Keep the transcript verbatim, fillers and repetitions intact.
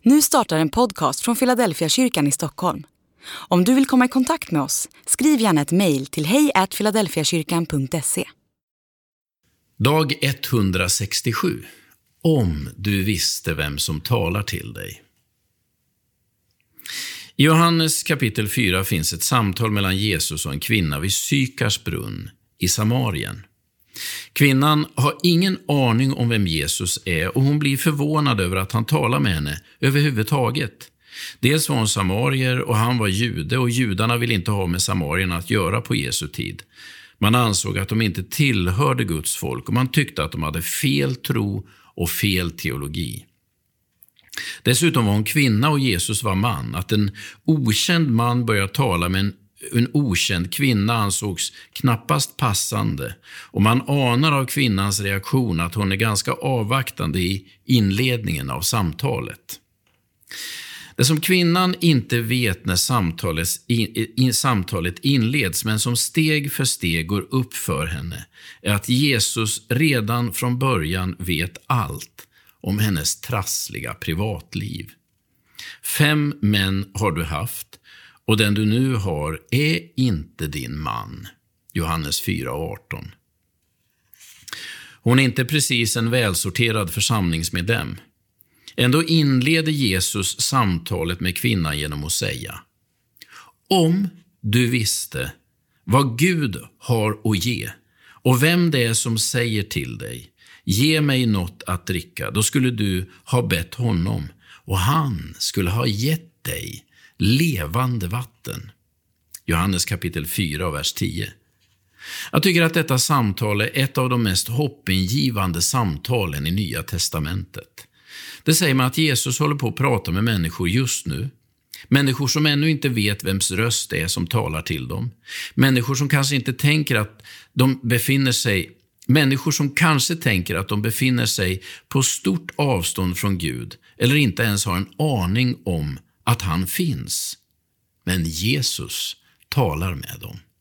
Nu startar en podcast från Philadelphia kyrkan i Stockholm. Om du vill komma i kontakt med oss, skriv gärna ett mejl till hej at philadelphiakyrkan punkt se. Dag etthundrasextiosju. Om du visste vem som talar till dig. I Johannes kapitel fyra finns ett samtal mellan Jesus och en kvinna vid Sykars brunn i Samarien. Kvinnan har ingen aning om vem Jesus är och hon blir förvånad över att han talar med henne överhuvudtaget. Dels var hon samarier och han var jude, och judarna ville inte ha med samarierna att göra på Jesu tid. Man ansåg att de inte tillhörde Guds folk och man tyckte att de hade fel tro och fel teologi. Dessutom var hon kvinna och Jesus var man. Att en okänd man började tala med en, en okänd kvinna ansågs knappast passande, och man anar av kvinnans reaktion att hon är ganska avvaktande i inledningen av samtalet. Det som kvinnan inte vet när samtalet, in, in, samtalet inleds, men som steg för steg går upp för henne, är att Jesus redan från början vet allt om hennes trassliga privatliv. Fem män har du haft, och den du nu har är inte din man. Johannes fyra arton. Hon är inte precis en välsorterad församlingsmedlem. Ändå inleder Jesus samtalet med kvinnan genom att säga: om du visste vad Gud har att ge och vem det är som säger till dig, ge mig något att dricka, då skulle du ha bett honom och han skulle ha gett dig levande vatten. Johannes kapitel fyra, vers tio. Jag tycker att detta samtal är ett av de mest hoppingivande samtalen i Nya testamentet. Det säger man att Jesus håller på att prata med människor just nu. Människor som ännu inte vet vems röst det är som talar till dem. Människor som kanske inte tänker att de befinner sig Människor som kanske tänker att de befinner sig på stort avstånd från Gud eller inte ens har en aning om att han finns. Men Jesus talar med dem.